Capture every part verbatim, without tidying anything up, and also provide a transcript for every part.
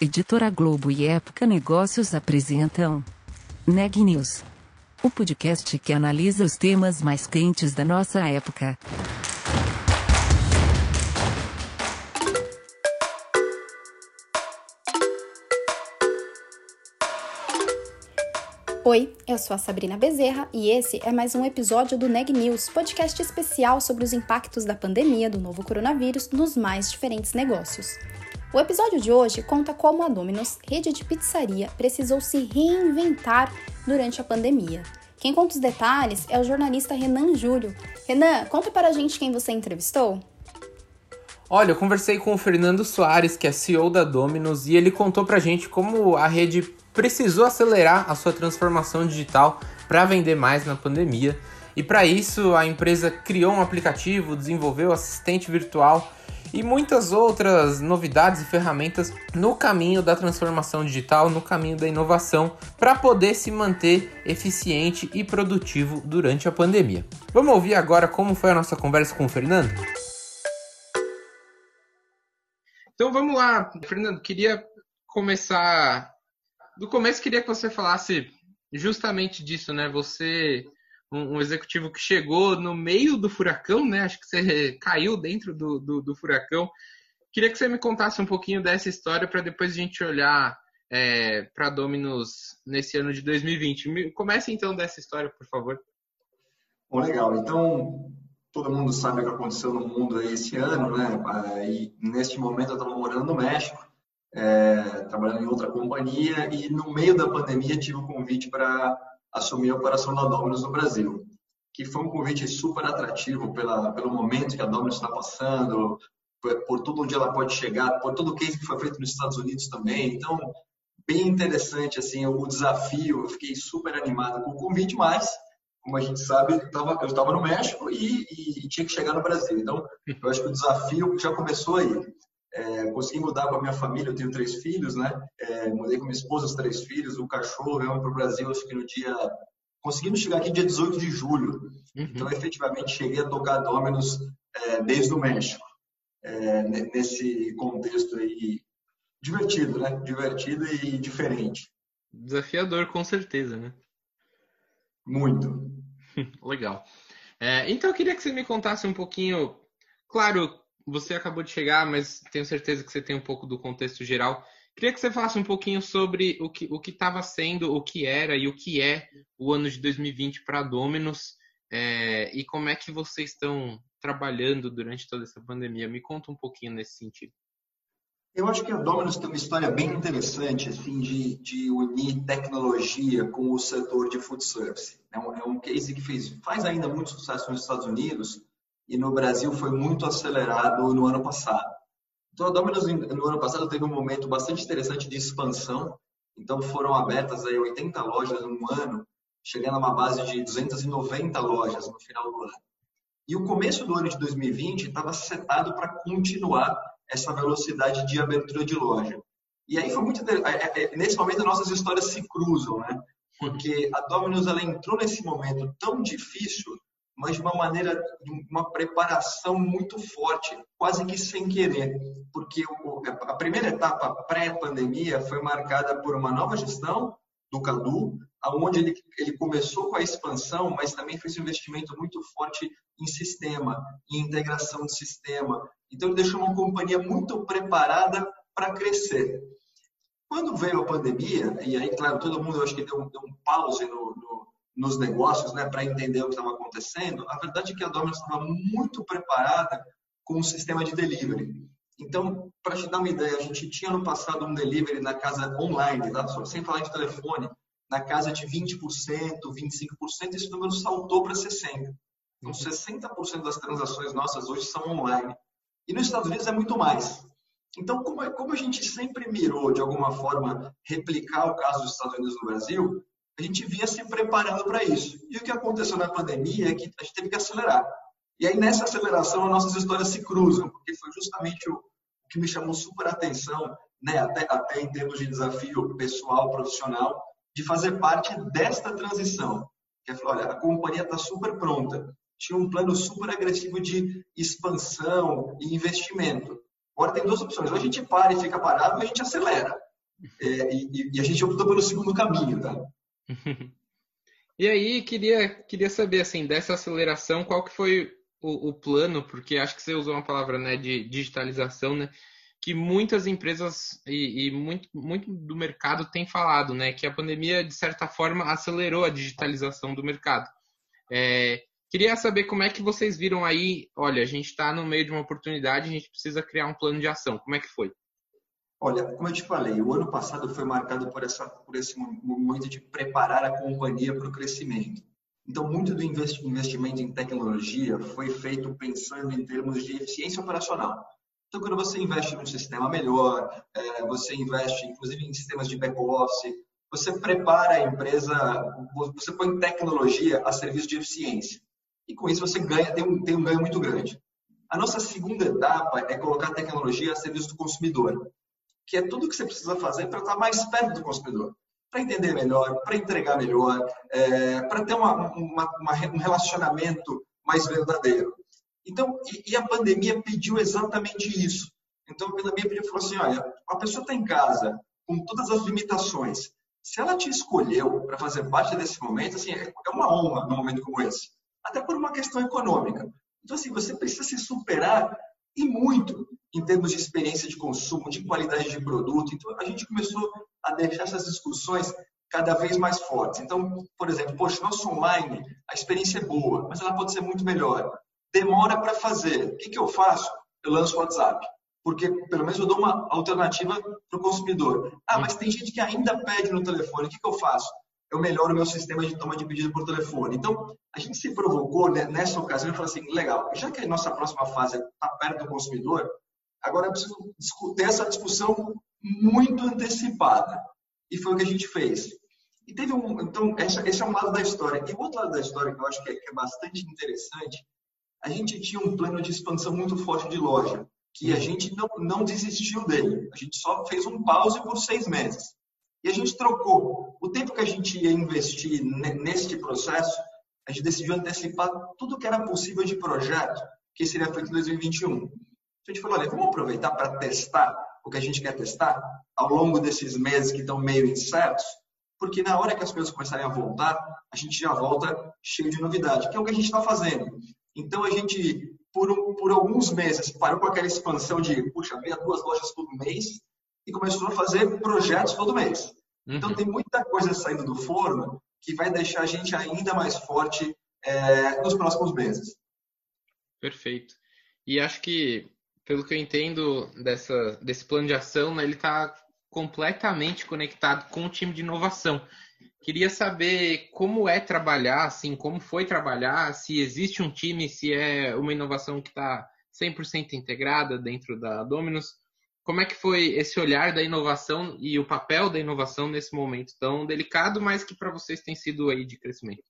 Editora Globo e Época Negócios apresentam Neg News, o podcast que analisa os temas mais quentes da nossa época. Oi, eu sou a Sabrina Bezerra e esse é mais um episódio do Neg News, podcast especial sobre os impactos da pandemia do novo coronavírus nos mais diferentes negócios. O episódio de hoje conta como a Domino's, rede de pizzaria, precisou se reinventar durante a pandemia. Quem conta os detalhes é o jornalista Renan Júlio. Renan, conta para a gente quem você entrevistou. Olha, eu conversei com o Fernando Soares, que é C E O da Domino's, e ele contou pra gente como a rede precisou acelerar a sua transformação digital para vender mais na pandemia. E para isso, a empresa criou um aplicativo, desenvolveu assistente virtual e muitas outras novidades e ferramentas no caminho da transformação digital, no caminho da inovação, para poder se manter eficiente e produtivo durante a pandemia. Vamos ouvir agora como foi a nossa conversa com o Fernando? Então vamos lá, Fernando, queria começar... Do começo queria que você falasse justamente disso, né? Você, um, um executivo que chegou no meio do furacão, né? Acho que você caiu dentro do, do, do furacão. Queria que você me contasse um pouquinho dessa história para depois a gente olhar é, para a Domino's nesse ano de dois mil e vinte. Comece então dessa história, por favor. Bom, legal. Então, todo mundo sabe o que aconteceu no mundo aí esse ano, né? E neste momento eu estava morando no México. É, trabalhando em outra companhia e no meio da pandemia tive o convite para assumir a operação da Domino's no Brasil, que foi um convite super atrativo pela, pelo momento que a Domino's está passando, por, por tudo onde ela pode chegar, por todo o case que foi feito nos Estados Unidos também. Então, bem interessante assim, o desafio, eu fiquei super animado com o convite, mas, como a gente sabe, eu tava, eu estava no México e, e, e tinha que chegar no Brasil. Então, eu acho que o desafio já começou aí. É, consegui mudar com a minha família, eu tenho três filhos, né? É, mudei com minha esposa, os três filhos, o cachorro, viemos para o Brasil, acho que no dia... Conseguimos chegar aqui dia dezoito de julho. Uhum. Então, efetivamente, cheguei a tocar Domino's é, desde o México. É, nesse contexto aí, divertido, né? Divertido e diferente. Desafiador, com certeza, né? Muito. Legal. É, então, eu queria que você me contasse um pouquinho... Claro... Você acabou de chegar, mas tenho certeza que você tem um pouco do contexto geral. Queria que você falasse um pouquinho sobre o que o que estava sendo, o que era e o que é o ano de dois mil e vinte para a Domino's é, e como é que vocês estão trabalhando durante toda essa pandemia. Me conta um pouquinho nesse sentido. Eu acho que a Domino's tem uma história bem interessante assim, de, de unir tecnologia com o setor de food service. É um, é um case que fez, faz ainda muito sucesso nos Estados Unidos, e no Brasil foi muito acelerado no ano passado. Então, a Domino's no ano passado teve um momento bastante interessante de expansão. Então, foram abertas aí oitenta lojas no ano, chegando a uma base de duzentas e noventa lojas no final do ano. E o começo do ano de dois mil e vinte estava setado para continuar essa velocidade de abertura de loja. E aí foi muito interessante. Nesse momento, nossas histórias se cruzam, né? Porque a Domino's ela entrou nesse momento tão difícil, mas de uma maneira, de uma preparação muito forte, quase que sem querer, porque a primeira etapa pré-pandemia foi marcada por uma nova gestão do Cadu, onde ele, ele começou com a expansão, mas também fez um investimento muito forte em sistema, em integração de sistema. Então, ele deixou uma companhia muito preparada para crescer. Quando veio a pandemia, e aí, claro, todo mundo, eu acho que deu, deu um pause no, no nos negócios, né, para entender o que estava acontecendo, a verdade é que a Domino's estava muito preparada com o sistema de delivery. Então, para te dar uma ideia, a gente tinha no passado um delivery na casa online, tá? Sem falar de telefone, na casa de vinte por cento, vinte e cinco por cento, esse número saltou para sessenta por cento. Então, sessenta por cento das transações nossas hoje são online. E nos Estados Unidos é muito mais. Então, como, como a gente sempre mirou, de alguma forma, replicar o caso dos Estados Unidos no Brasil, a gente vinha se preparando para isso. E o que aconteceu na pandemia é que a gente teve que acelerar. E aí, nessa aceleração, as nossas histórias se cruzam, porque foi justamente o, o que me chamou super atenção, né, até, até em termos de desafio pessoal, profissional, de fazer parte desta transição. Que é, olha, a companhia está super pronta, tinha um plano super agressivo de expansão e investimento. Agora tem duas opções, ou a gente para e fica parado, ou a gente acelera. é, e, e a gente optou pelo segundo caminho, tá? E aí, queria, queria saber, assim, dessa aceleração, qual que foi o, o plano, porque acho que você usou uma palavra, né, de digitalização, né, que muitas empresas e, e muito, muito do mercado têm falado, né, que a pandemia, de certa forma, acelerou a digitalização do mercado. É, queria saber como é que vocês viram aí, olha, a gente está no meio de uma oportunidade, a gente precisa criar um plano de ação. Como é que foi? Olha, como eu te falei, o ano passado foi marcado por, essa, por esse momento de preparar a companhia para o crescimento. Então, muito do investimento em tecnologia foi feito pensando em termos de eficiência operacional. Então, quando você investe num sistema melhor, é, você investe, inclusive, em sistemas de back-office, você prepara a empresa, você põe tecnologia a serviço de eficiência. E, com isso, você ganha, tem um, tem um ganho muito grande. A nossa segunda etapa é colocar a tecnologia a serviço do consumidor, que é tudo que você precisa fazer para estar mais perto do consumidor, para entender melhor, para entregar melhor, é, para ter uma, uma, uma, um relacionamento mais verdadeiro. Então, e, e a pandemia pediu exatamente isso. Então, a pandemia pediu, falou assim, olha, a pessoa está em casa, com todas as limitações. Se ela te escolheu para fazer parte desse momento, assim, é uma honra num momento como esse. Até por uma questão econômica. Então, assim, você precisa se superar e muito em termos de experiência de consumo, de qualidade de produto. Então, a gente começou a deixar essas discussões cada vez mais fortes. Então, por exemplo, poxa, nosso online, a experiência é boa, mas ela pode ser muito melhor. Demora para fazer. O que, que eu faço? Eu lanço o WhatsApp. Porque, pelo menos, eu dou uma alternativa para o consumidor. Ah, mas tem gente que ainda pede no telefone. O que, que eu faço? Eu melhoro o meu sistema de toma de pedido por telefone. Então, a gente se provocou, né, nessa ocasião e falou assim, legal, já que a nossa próxima fase está perto do consumidor, agora eu preciso ter essa discussão muito antecipada. E foi o que a gente fez. E teve um, então, esse é um lado da história. E o outro lado da história que eu acho que é, que é bastante interessante, a gente tinha um plano de expansão muito forte de loja, que a gente não, não desistiu dele. A gente só fez um pause por seis meses. E a gente trocou. O tempo que a gente ia investir neste processo, a gente decidiu antecipar tudo que era possível de projeto que seria feito em dois mil e vinte e um. A gente falou, olha, vamos aproveitar para testar o que a gente quer testar ao longo desses meses que estão meio incertos, porque na hora que as coisas começarem a voltar, a gente já volta cheio de novidade, que é o que a gente está fazendo. Então, a gente, por, um, por alguns meses, parou com aquela expansão de, puxa, meia, duas lojas por mês, e começou a fazer projetos todo mês. Uhum. Então, tem muita coisa saindo do forno que vai deixar a gente ainda mais forte é, nos próximos meses. Perfeito. E acho que, pelo que eu entendo dessa, desse plano de ação, né, ele está completamente conectado com o time de inovação. Queria saber como é trabalhar, assim, como foi trabalhar, se existe um time, se é uma inovação que está cem por cento integrada dentro da Domino's. Como é que foi esse olhar da inovação e o papel da inovação nesse momento tão delicado, mas que para vocês tem sido aí de crescimento?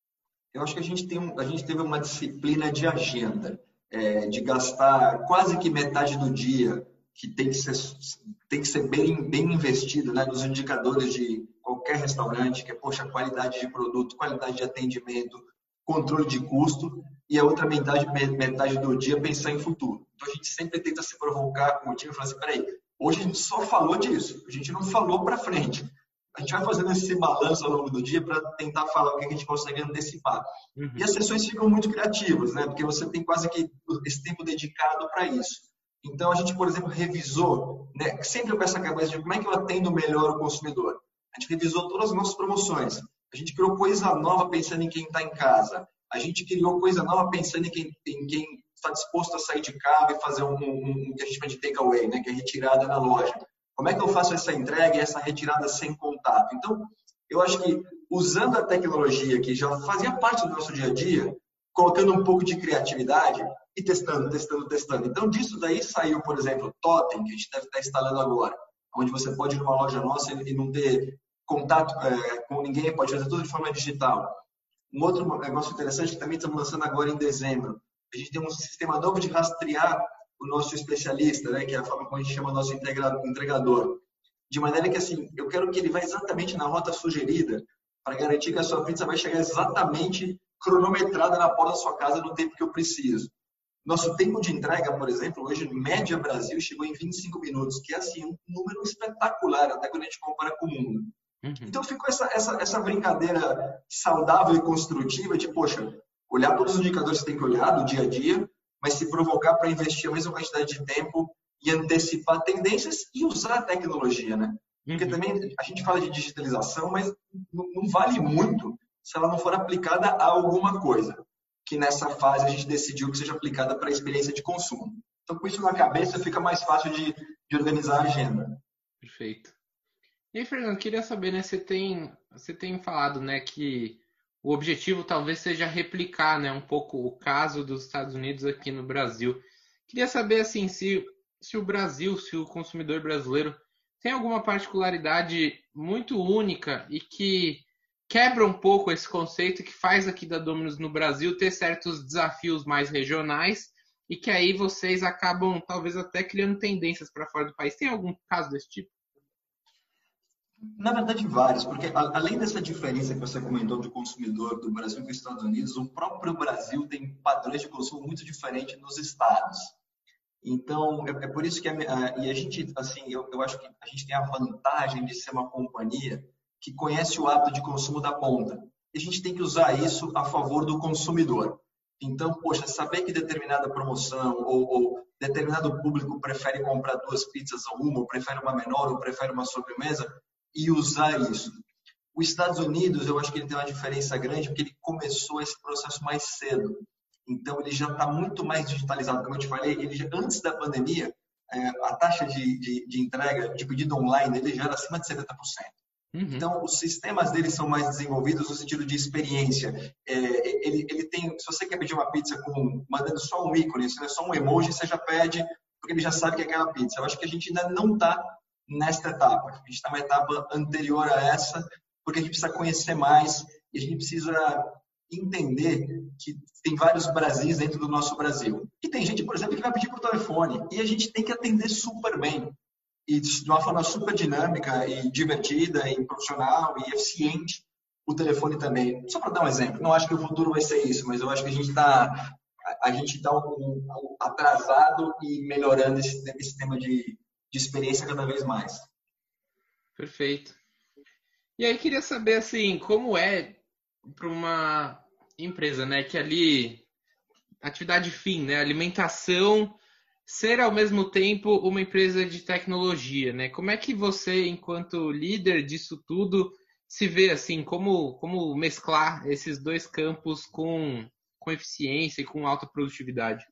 Eu acho que a gente, tem um, a gente teve uma disciplina de agenda, é, de gastar quase que metade do dia, que tem que ser, tem que ser bem, bem investido, né, nos indicadores de qualquer restaurante, que é, poxa, qualidade de produto, qualidade de atendimento, controle de custo, e a outra metade, metade do dia pensar em futuro. Então, a gente sempre tenta se provocar com o time e falar assim, peraí, hoje a gente só falou disso, a gente não falou para frente. A gente vai fazendo esse balanço ao longo do dia para tentar falar o que a gente consegue antecipar. Uhum. E as sessões ficam muito criativas, né? Porque você tem quase que esse tempo dedicado para isso. Então, a gente, por exemplo, revisou, né? Sempre com essa cabeça de como é que eu atendo melhor o consumidor. A gente revisou todas as nossas promoções. A gente criou coisa nova pensando em quem está em casa. A gente criou coisa nova pensando em quem, em quem está disposto a sair de casa e fazer um, um, um que a gente chama de takeaway, né? Que é retirada na loja. Como é que eu faço essa entrega e essa retirada sem contato? Então, eu acho que usando a tecnologia que já fazia parte do nosso dia a dia, colocando um pouco de criatividade e testando, testando, testando. Então, disso daí saiu, por exemplo, o Totem, que a gente deve estar instalando agora, onde você pode ir numa loja nossa e não ter contato é, com ninguém, pode fazer tudo de forma digital. Um outro negócio interessante que também estamos lançando agora em dezembro, a gente tem um sistema novo de rastrear o nosso especialista, né, que é a forma como a gente chama o nosso entregador. De maneira que, assim, eu quero que ele vá exatamente na rota sugerida para garantir que a sua pizza vai chegar exatamente cronometrada na porta da sua casa no tempo que eu preciso. Nosso tempo de entrega, por exemplo, hoje, média Brasil, chegou em vinte e cinco minutos, que é assim, um número espetacular, até quando a gente compara com o mundo. Uhum. Então ficou essa, essa, essa brincadeira saudável e construtiva de, poxa, olhar todos os indicadores que tem que olhar do dia a dia, mas se provocar para investir a mesma quantidade de tempo e antecipar tendências e usar a tecnologia, né? Porque uhum. também a gente fala de digitalização, mas não, não vale muito se ela não for aplicada a alguma coisa, que nessa fase a gente decidiu que seja aplicada para a experiência de consumo. Então, com isso na cabeça, fica mais fácil de, de organizar a agenda. Perfeito. E aí, Fernando, queria saber, né, você tem, você tem falado, né, que o objetivo talvez seja replicar, né, um pouco o caso dos Estados Unidos aqui no Brasil. Queria saber, assim, se, se o Brasil, se o consumidor brasileiro tem alguma particularidade muito única e que quebra um pouco esse conceito que faz aqui da Domino's no Brasil ter certos desafios mais regionais e que aí vocês acabam talvez até criando tendências para fora do país. Tem algum caso desse tipo? Na verdade, vários, porque além dessa diferença que você comentou do consumidor do Brasil com os Estados Unidos, o próprio Brasil tem padrões de consumo muito diferentes nos estados. Então, é, é por isso que a, a, e a gente, assim, eu, eu acho que a gente tem a vantagem de ser uma companhia que conhece o hábito de consumo da ponta. E a gente tem que usar isso a favor do consumidor. Então, poxa, saber que determinada promoção ou, ou determinado público prefere comprar duas pizzas ou uma, ou prefere uma menor, ou prefere uma sobremesa, e usar isso. Os Estados Unidos, eu acho que ele tem uma diferença grande, porque ele começou esse processo mais cedo. Então, ele já está muito mais digitalizado. Como eu te falei, ele já, antes da pandemia, é, a taxa de, de, de entrega, de pedido online, ele já era acima de setenta por cento. Uhum. Então, os sistemas dele são mais desenvolvidos no sentido de experiência. É, ele, ele tem, se você quer pedir uma pizza com, mandando só um ícone, se não é só um emoji, você já pede, porque ele já sabe que é aquela pizza. Eu acho que a gente ainda não está nesta etapa. A gente está numa etapa anterior a essa, porque a gente precisa conhecer mais e a gente precisa entender que tem vários Brasis dentro do nosso Brasil. E tem gente, por exemplo, que vai pedir por telefone e a gente tem que atender super bem. E de uma forma super dinâmica e divertida e profissional e eficiente o telefone também. Só para dar um exemplo, não acho que o futuro vai ser isso, mas eu acho que a gente está a gente tá um, um, atrasado e melhorando esse, esse tema de, de experiência cada vez mais. Perfeito. E aí queria saber assim, como é para uma empresa, né, que ali atividade fim, né, alimentação, ser ao mesmo tempo uma empresa de tecnologia, né? Como é que você, enquanto líder disso tudo, se vê assim, como, como mesclar esses dois campos com, com eficiência e com alta produtividade?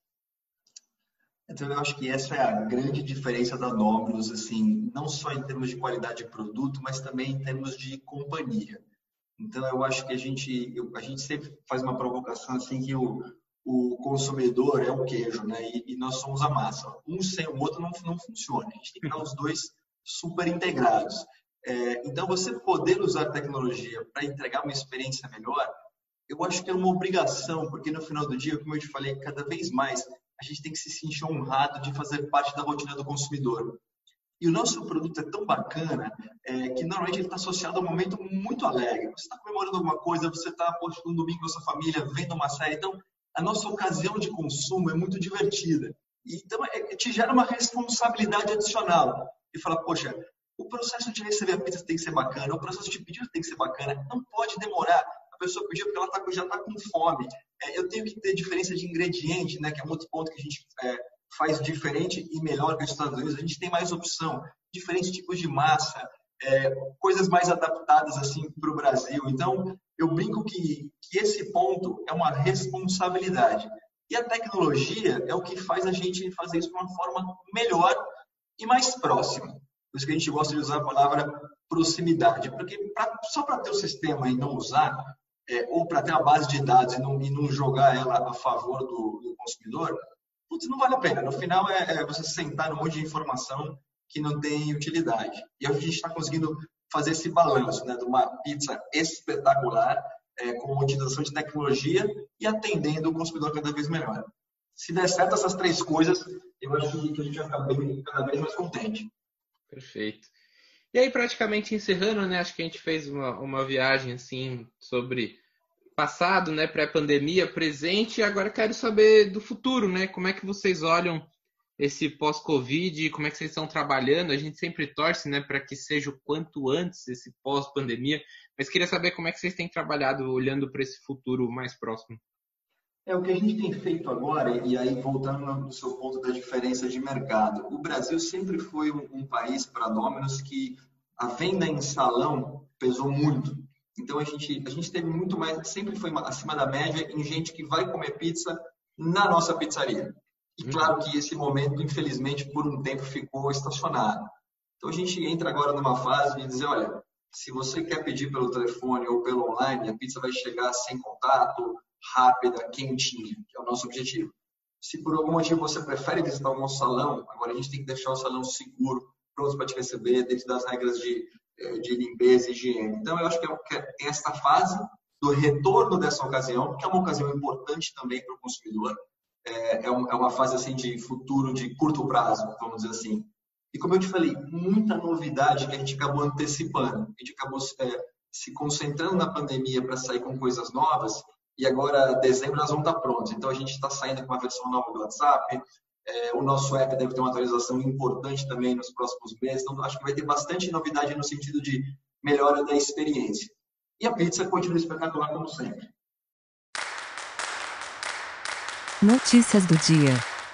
Então, eu acho que essa é a grande diferença da Domino's, assim, não só em termos de qualidade de produto, mas também em termos de companhia. Então, eu acho que a gente, eu, a gente sempre faz uma provocação assim que o o consumidor é o queijo, né? E, e nós somos a massa. Um sem o outro não, não funciona. A gente tem que estar os dois super integrados. É, então, você poder usar a tecnologia para entregar uma experiência melhor, eu acho que é uma obrigação, porque no final do dia, como eu te falei, cada vez mais a gente tem que se sentir honrado de fazer parte da rotina do consumidor. E o nosso produto é tão bacana é, que normalmente ele está associado a um momento muito alegre. Você está comemorando alguma coisa, você está postando um domingo com a sua família, vendo uma série, então a nossa ocasião de consumo é muito divertida. Então, é, te gera uma responsabilidade adicional. E fala, poxa, o processo de receber a pizza tem que ser bacana, o processo de pedir tem que ser bacana, não pode demorar. A pessoa pedir porque ela tá, já está com fome. É, eu tenho que ter diferença de ingrediente, né, que é um outro ponto que a gente é, faz diferente e melhor que os Estados Unidos. A gente tem mais opção, diferentes tipos de massa, é, coisas mais adaptadas assim para o Brasil. Então, eu brinco que, que esse ponto é uma responsabilidade. E a tecnologia é o que faz a gente fazer isso de uma forma melhor e mais próxima. Por isso que a gente gosta de usar a palavra proximidade. Porque pra, só para ter o sistema e não usar, é, ou para ter a base de dados e não, e não jogar ela a favor do, do consumidor, putz, não vale a pena. No final, é, é você sentar num monte de informação que não tem utilidade. E hoje a gente está conseguindo fazer esse balanço, né, de uma pizza espetacular, é, com uma utilização de tecnologia e atendendo o consumidor cada vez melhor. Se der certo essas três coisas, eu acho que a gente vai ficar bem, cada vez mais contente. Perfeito. E aí, praticamente encerrando, né, acho que a gente fez uma, uma viagem assim sobre passado, né, pré-pandemia, presente, e agora quero saber do futuro, né? Como é que vocês olham esse pós-Covid, como é que vocês estão trabalhando? A gente sempre torce, né, para que seja o quanto antes esse pós-pandemia, mas queria saber como é que vocês têm trabalhado olhando para esse futuro mais próximo. É o que a gente tem feito agora, e aí voltando no seu ponto da diferença de mercado. O Brasil sempre foi um, um país para Domino's que a venda em salão pesou muito. Então a gente, a gente teve muito mais, sempre foi acima da média em gente que vai comer pizza na nossa pizzaria. E claro que esse momento, infelizmente, por um tempo ficou estacionado. Então a gente entra agora numa fase de dizer, olha, se você quer pedir pelo telefone ou pelo online, a pizza vai chegar sem contato, rápida, quentinha, que é o nosso objetivo. Se por algum motivo você prefere visitar o nosso salão, agora a gente tem que deixar o salão seguro, pronto para te receber, dentro das regras de, de limpeza e higiene. Então, eu acho que é esta fase do retorno dessa ocasião, que é uma ocasião importante também para o consumidor, é uma fase assim, de futuro, de curto prazo, vamos dizer assim. E como eu te falei, muita novidade que a gente acabou antecipando. A gente acabou é, se concentrando na pandemia para sair com coisas novas, e agora, dezembro, nós vamos estar prontos. Então, a gente está saindo com uma versão nova do WhatsApp. É, o nosso app deve ter uma atualização importante também nos próximos meses. Então, acho que vai ter bastante novidade no sentido de melhora da experiência. E a pizza continua espetacular, como sempre. Notícias do dia.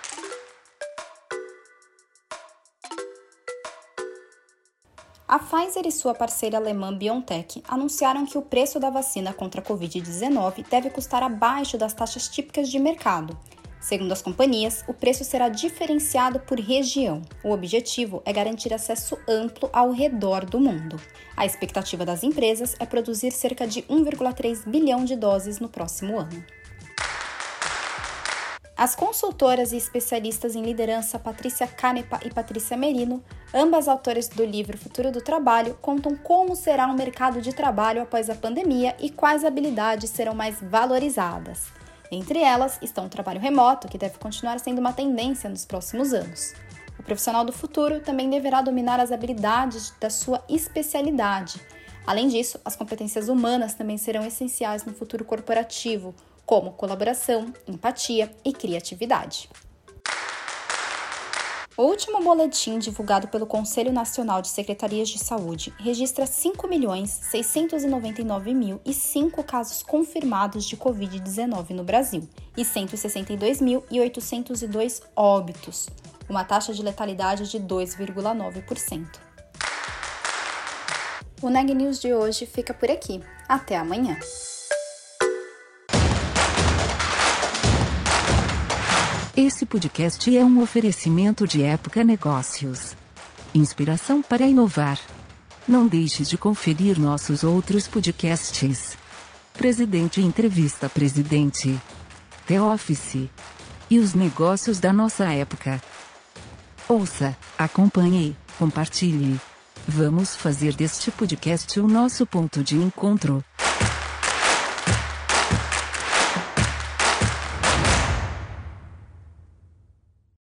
A Pfizer e sua parceira alemã BioNTech anunciaram que o preço da vacina contra a covid dezenove deve custar abaixo das taxas típicas de mercado. Segundo as companhias, o preço será diferenciado por região. O objetivo é garantir acesso amplo ao redor do mundo. A expectativa das empresas é produzir cerca de um vírgula três bilhão de doses no próximo ano. As consultoras e especialistas em liderança Patrícia Canepa e Patrícia Merino, ambas autoras do livro Futuro do Trabalho, contam como será o mercado de trabalho após a pandemia e quais habilidades serão mais valorizadas. Entre elas estão o trabalho remoto, que deve continuar sendo uma tendência nos próximos anos. O profissional do futuro também deverá dominar as habilidades da sua especialidade. Além disso, as competências humanas também serão essenciais no futuro corporativo, como colaboração, empatia e criatividade. O último boletim divulgado pelo Conselho Nacional de Secretarias de Saúde registra cinco milhões seiscentos e noventa e nove mil e cinco casos confirmados de covid dezenove no Brasil e cento e sessenta e dois mil e oitocentos e dois óbitos, uma taxa de letalidade de dois vírgula nove por cento. O Neg News de hoje fica por aqui. Até amanhã! Esse podcast é um oferecimento de Época Negócios. Inspiração para inovar. Não deixe de conferir nossos outros podcasts. Presidente Entrevista Presidente. The Office. E os negócios da nossa época. Ouça, acompanhe, compartilhe. Vamos fazer deste podcast o nosso ponto de encontro.